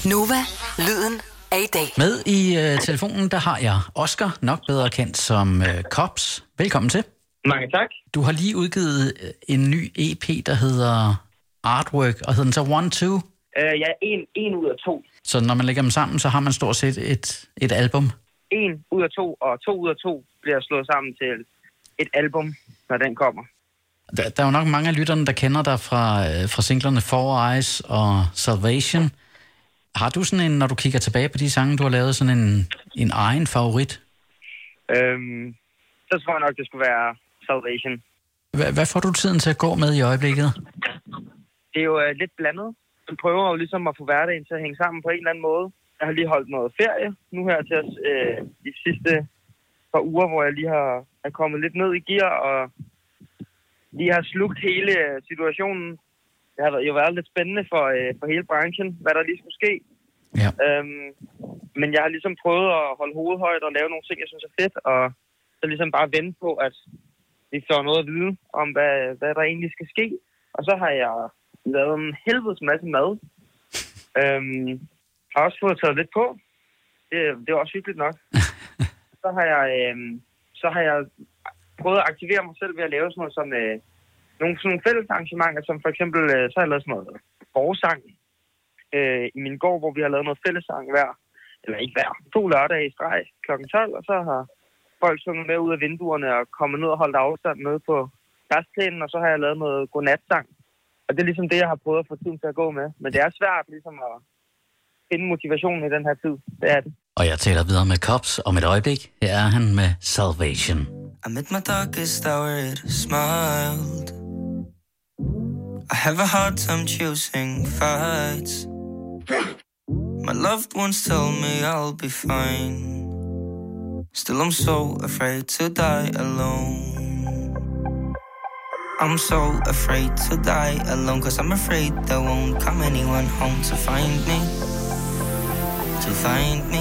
Nova, lyden af i dag. Med i telefonen, der har jeg Oscar, nok bedre kendt som Kops. Velkommen til. Mange tak. Du har lige udgivet en ny EP, der hedder Artwork, og hedder den så 1-2? Ja, en ud af to. Så når man lægger dem sammen, så har man stort set et album? 1 ud af 2, og 2 ud af 2 bliver slået sammen til et album, når den kommer. Der er jo nok mange af lytterne, der kender dig fra singlerne Four Eyes og Salvation. Har du sådan en, når du kigger tilbage på de sange, du har lavet, sådan en egen favorit? Så tror jeg nok, det skulle være Salvation. Hvad får du tiden til at gå med i øjeblikket? Det er jo lidt blandet. Jeg prøver jo ligesom at få hverdagen til at hænge sammen på en eller anden måde. Jeg har lige holdt noget ferie nu her til de sidste par uger, hvor jeg lige er kommet lidt ned i gear og lige har slugt hele situationen. Det har jo været lidt spændende for hele branchen, hvad der lige skulle ske. Ja. Men jeg har ligesom prøvet at holde hovedet højt og lave nogle ting, jeg synes er fedt, og så ligesom bare vente på, at vi får noget at vide om, hvad der egentlig skal ske. Og så har jeg lavet en helvedes masse mad. Har også fået taget lidt på. Det er også hyggeligt nok. Så har jeg prøvet at aktivere mig selv ved at lave sådan noget som nogle fælles arrangementer, som for eksempel, så har jeg lavet sådan noget forårssang i min gård, hvor vi har lavet noget fællessang ikke hver, 2 lørdage i streg kl. 12, og så har folk sunget med ud af vinduerne og kommet ned og holdt afstand med på græsplænen, og så har jeg lavet noget godnatsang. Og det er ligesom det, jeg har prøvet at få tiden til at gå med. Men det er svært ligesom at finde motivationen i den her tid. Det er det. Og jeg taler videre med Kops om et øjeblik. Her er han med Salvation. I'm at my darkest hour, it smiled. I have a hard time choosing fights. My loved ones tell me I'll be fine. Still I'm so afraid to die alone. I'm so afraid to die alone, 'cause I'm afraid there won't come anyone home to find me. To find me.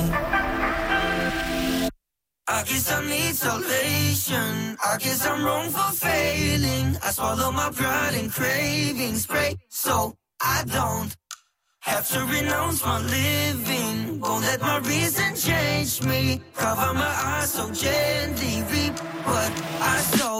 I guess I need salvation. I guess I'm wrong for failing. I swallow my pride and cravings, pray so I don't have to renounce my living. Won't let my reason change me. Cover my eyes so gently, reap what I sow.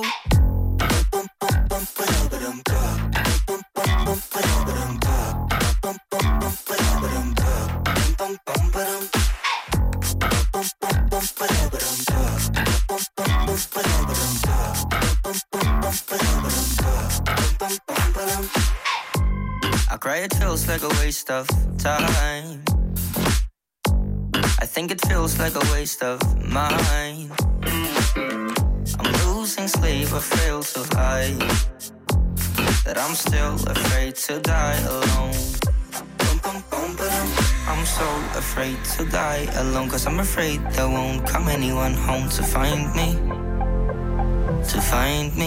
I cry, it feels like a waste of time. I think it feels like a waste of mine. I'm losing sleep, I fail to hide that I'm still afraid to die alone. I'm so afraid to die alone, 'cause I'm afraid there won't come anyone home to find me. To find me.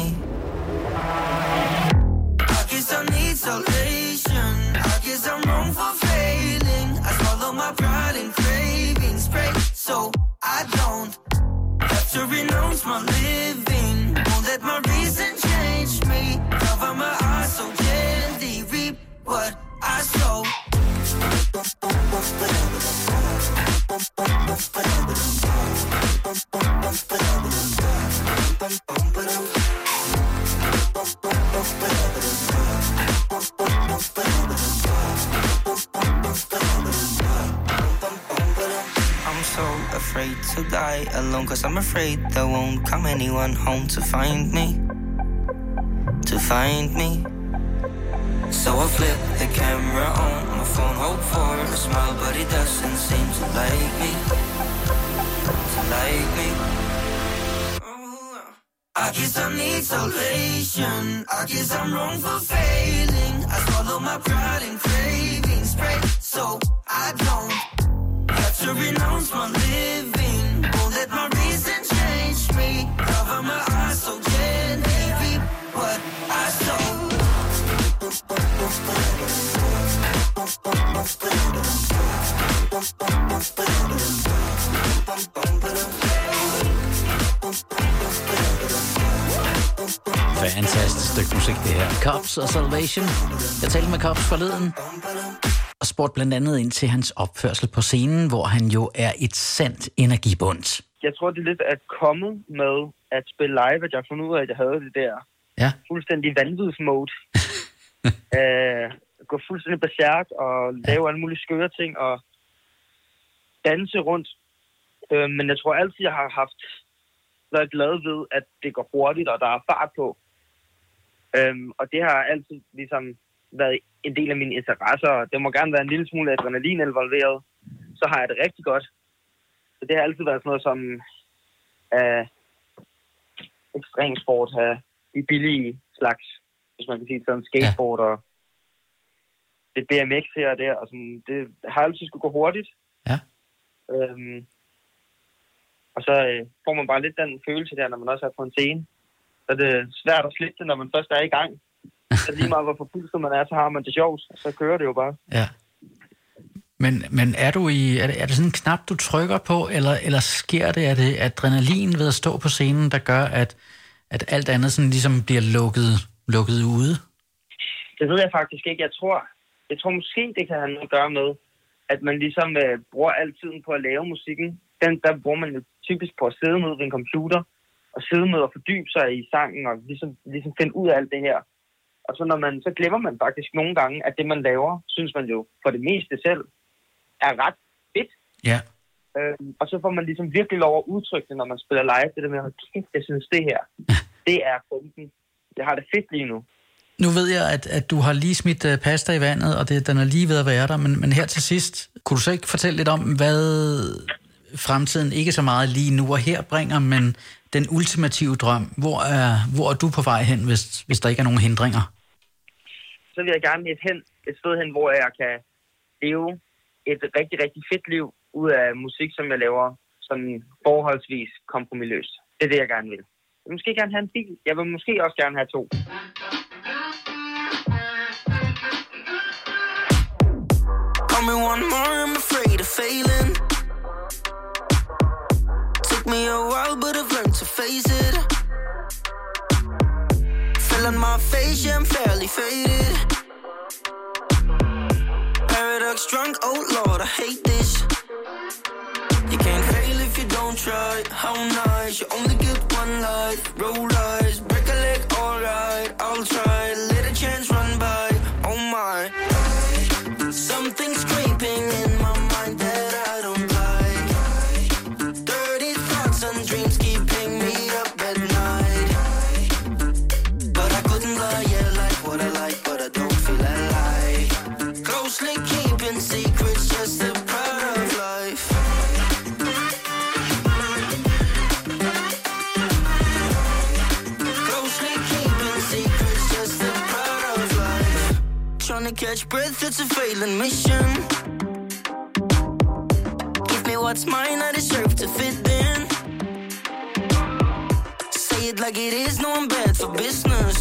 I guess I need salvation. I guess I'm wrong for failing. I swallow my pride and cravings, pray so I don't have to renounce my living. Won't let my reason change me. Cover my eyes so gently, reap what I sow. I'm so afraid to die alone, 'cause I'm afraid there won't come anyone home to find me. To find me. So I flip the camera on my phone, hope for a smile, but it doesn't seem to like me. To like me. I guess I need salvation. I guess I'm wrong for failing. I swallow my pride and cravings, pray so I don't have to renounce my living. Won't let my reason change me. Cover my eyes so gently, reap what I sow. Fantastisk stykke musik, det her. Kops og Salvation. Jeg talte med Kops forleden. og spurgte blandt andet ind til hans opførsel på scenen, hvor han jo er et sandt energibundt. Jeg tror, det er lidt at komme med at spille live, at jeg har fundet ud af, at jeg havde det der fuldstændig vanvidsmode. Gå fuldstændig berserk og lave alle mulige skøre ting og danse rundt. Men jeg tror altid, jeg har været glad ved, at det går hurtigt, og der er fart på. Og det har altid ligesom været en del af mine interesser. Det må gerne være en lille smule adrenalin involveret. Så har jeg det rigtig godt. Så det har altid været sådan noget som ekstremsport, de billige slags, hvis man kan sige sådan skateboard og det BMX her og der. Og sådan, det har altid skulle gå hurtigt. Ja. Og så får man bare lidt den følelse der, når man også er på en scene. Så er det svært at slippe det, når man først er i gang. Så lige meget hvor forpulset man er, så har man det sjovt, og så kører det jo bare. Ja. Men er det sådan en knap, du trykker på, eller sker det, er det adrenalin ved at stå på scenen, der gør, at alt andet sådan ligesom bliver lukket ude? Det ved jeg faktisk ikke. Jeg tror måske, det kan have noget at gøre med, at man ligesom bruger al tiden på at lave musikken. Der bruger man jo typisk på at sidde ned ved en computer, og sidde med og fordybe sig i sangen, og ligesom finde ud af alt det her. Og så glemmer man faktisk nogle gange, at det man laver, synes man jo for det meste selv, er ret fedt. Ja. Og så får man ligesom virkelig lov at udtrykke det, når man spiller live. Det der med, kæft, jeg synes det her, det er punkten. Jeg har det fedt lige nu. Nu ved jeg, at du har lige smidt pasta i vandet, og den er lige ved at være der, men her til sidst, kunne du så ikke fortælle lidt om, hvad fremtiden ikke så meget lige nu og her bringer, men den ultimative drøm? Hvor er du på vej hen, hvis der ikke er nogen hindringer? Så vil jeg gerne et sted hen, hvor jeg kan leve et rigtig, rigtig fedt liv ud af musik, som jeg laver sådan forholdsvis kompromisløst. Det er det, jeg gerne vil. Jeg vil måske gerne have en bil. Jeg vil måske også gerne have 2. Call me one more, I'm afraid of failing. Took me a while, but I've learned to face it. Fell on my face, yeah, I'm fairly faded. Paradox drunk, oh Lord, I hate this. You can't fail if you don't try. How nice, you only get one life. Roll eyes, break a leg, alright. I'll try, let a chance run by. Oh my. Something's creeping in my mind that I don't like. Dirty thoughts and dreams keeping me up at night. But I couldn't lie, yeah, like what I like, but I don't feel alive. Closely keeping secrets, just a part of life. Closely keeping secrets, just a part of life. Trying to catch breath, it's a failing mission. Give me what's mine, I deserve to fit in. Say it like it is, no, I'm bad for business.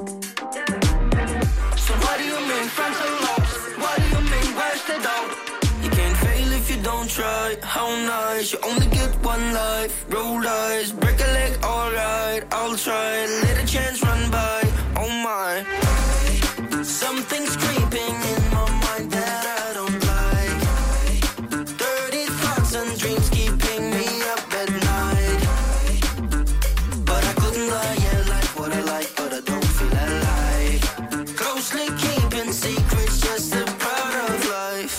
So what do you mean, friends are lost? What do you mean, where's the doubt? You can't fail if you don't try. How nice, you only get one life. Roll eyes, break a leg, alright. I'll try, let a chance run by. Oh my. Something's creeping in my mind that I don't like. Dirty thoughts and dreams keeping me up at night. But I couldn't lie, yeah, like what I like, but I don't feel alive. Closely keeping secrets, just a part of life.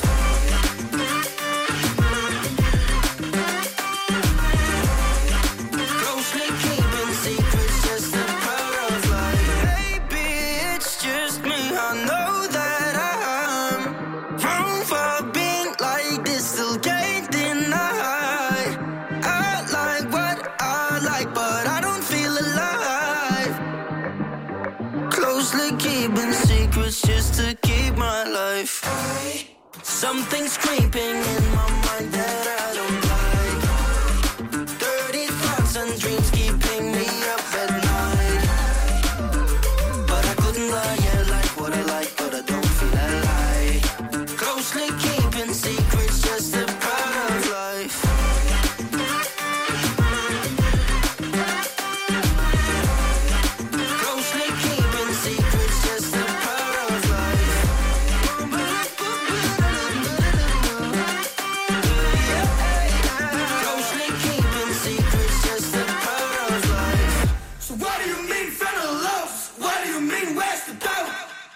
Closely keeping secrets, just a part of life. Maybe it's just me, I know that I'm wrong for being like this, still can't deny. I like what I like, but I don't feel alive. Closely keeping secrets just to keep my life. Something's creeping in my mind that I don't like. Dirty thoughts and dreams keeping me up at night. But I couldn't lie, yeah, like what I like, but I don't feel alive. Closely keeping secrets, just a part of life. Closely keeping secrets, just a part of life.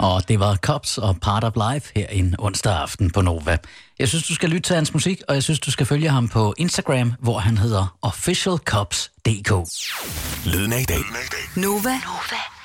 Og det var Cops og Part of Life her en onsdag aften på Nova. Jeg synes, du skal lytte til hans musik, og jeg synes, du skal følge ham på Instagram, hvor han hedder officialcops.dk. Lyden af i dag. Nova.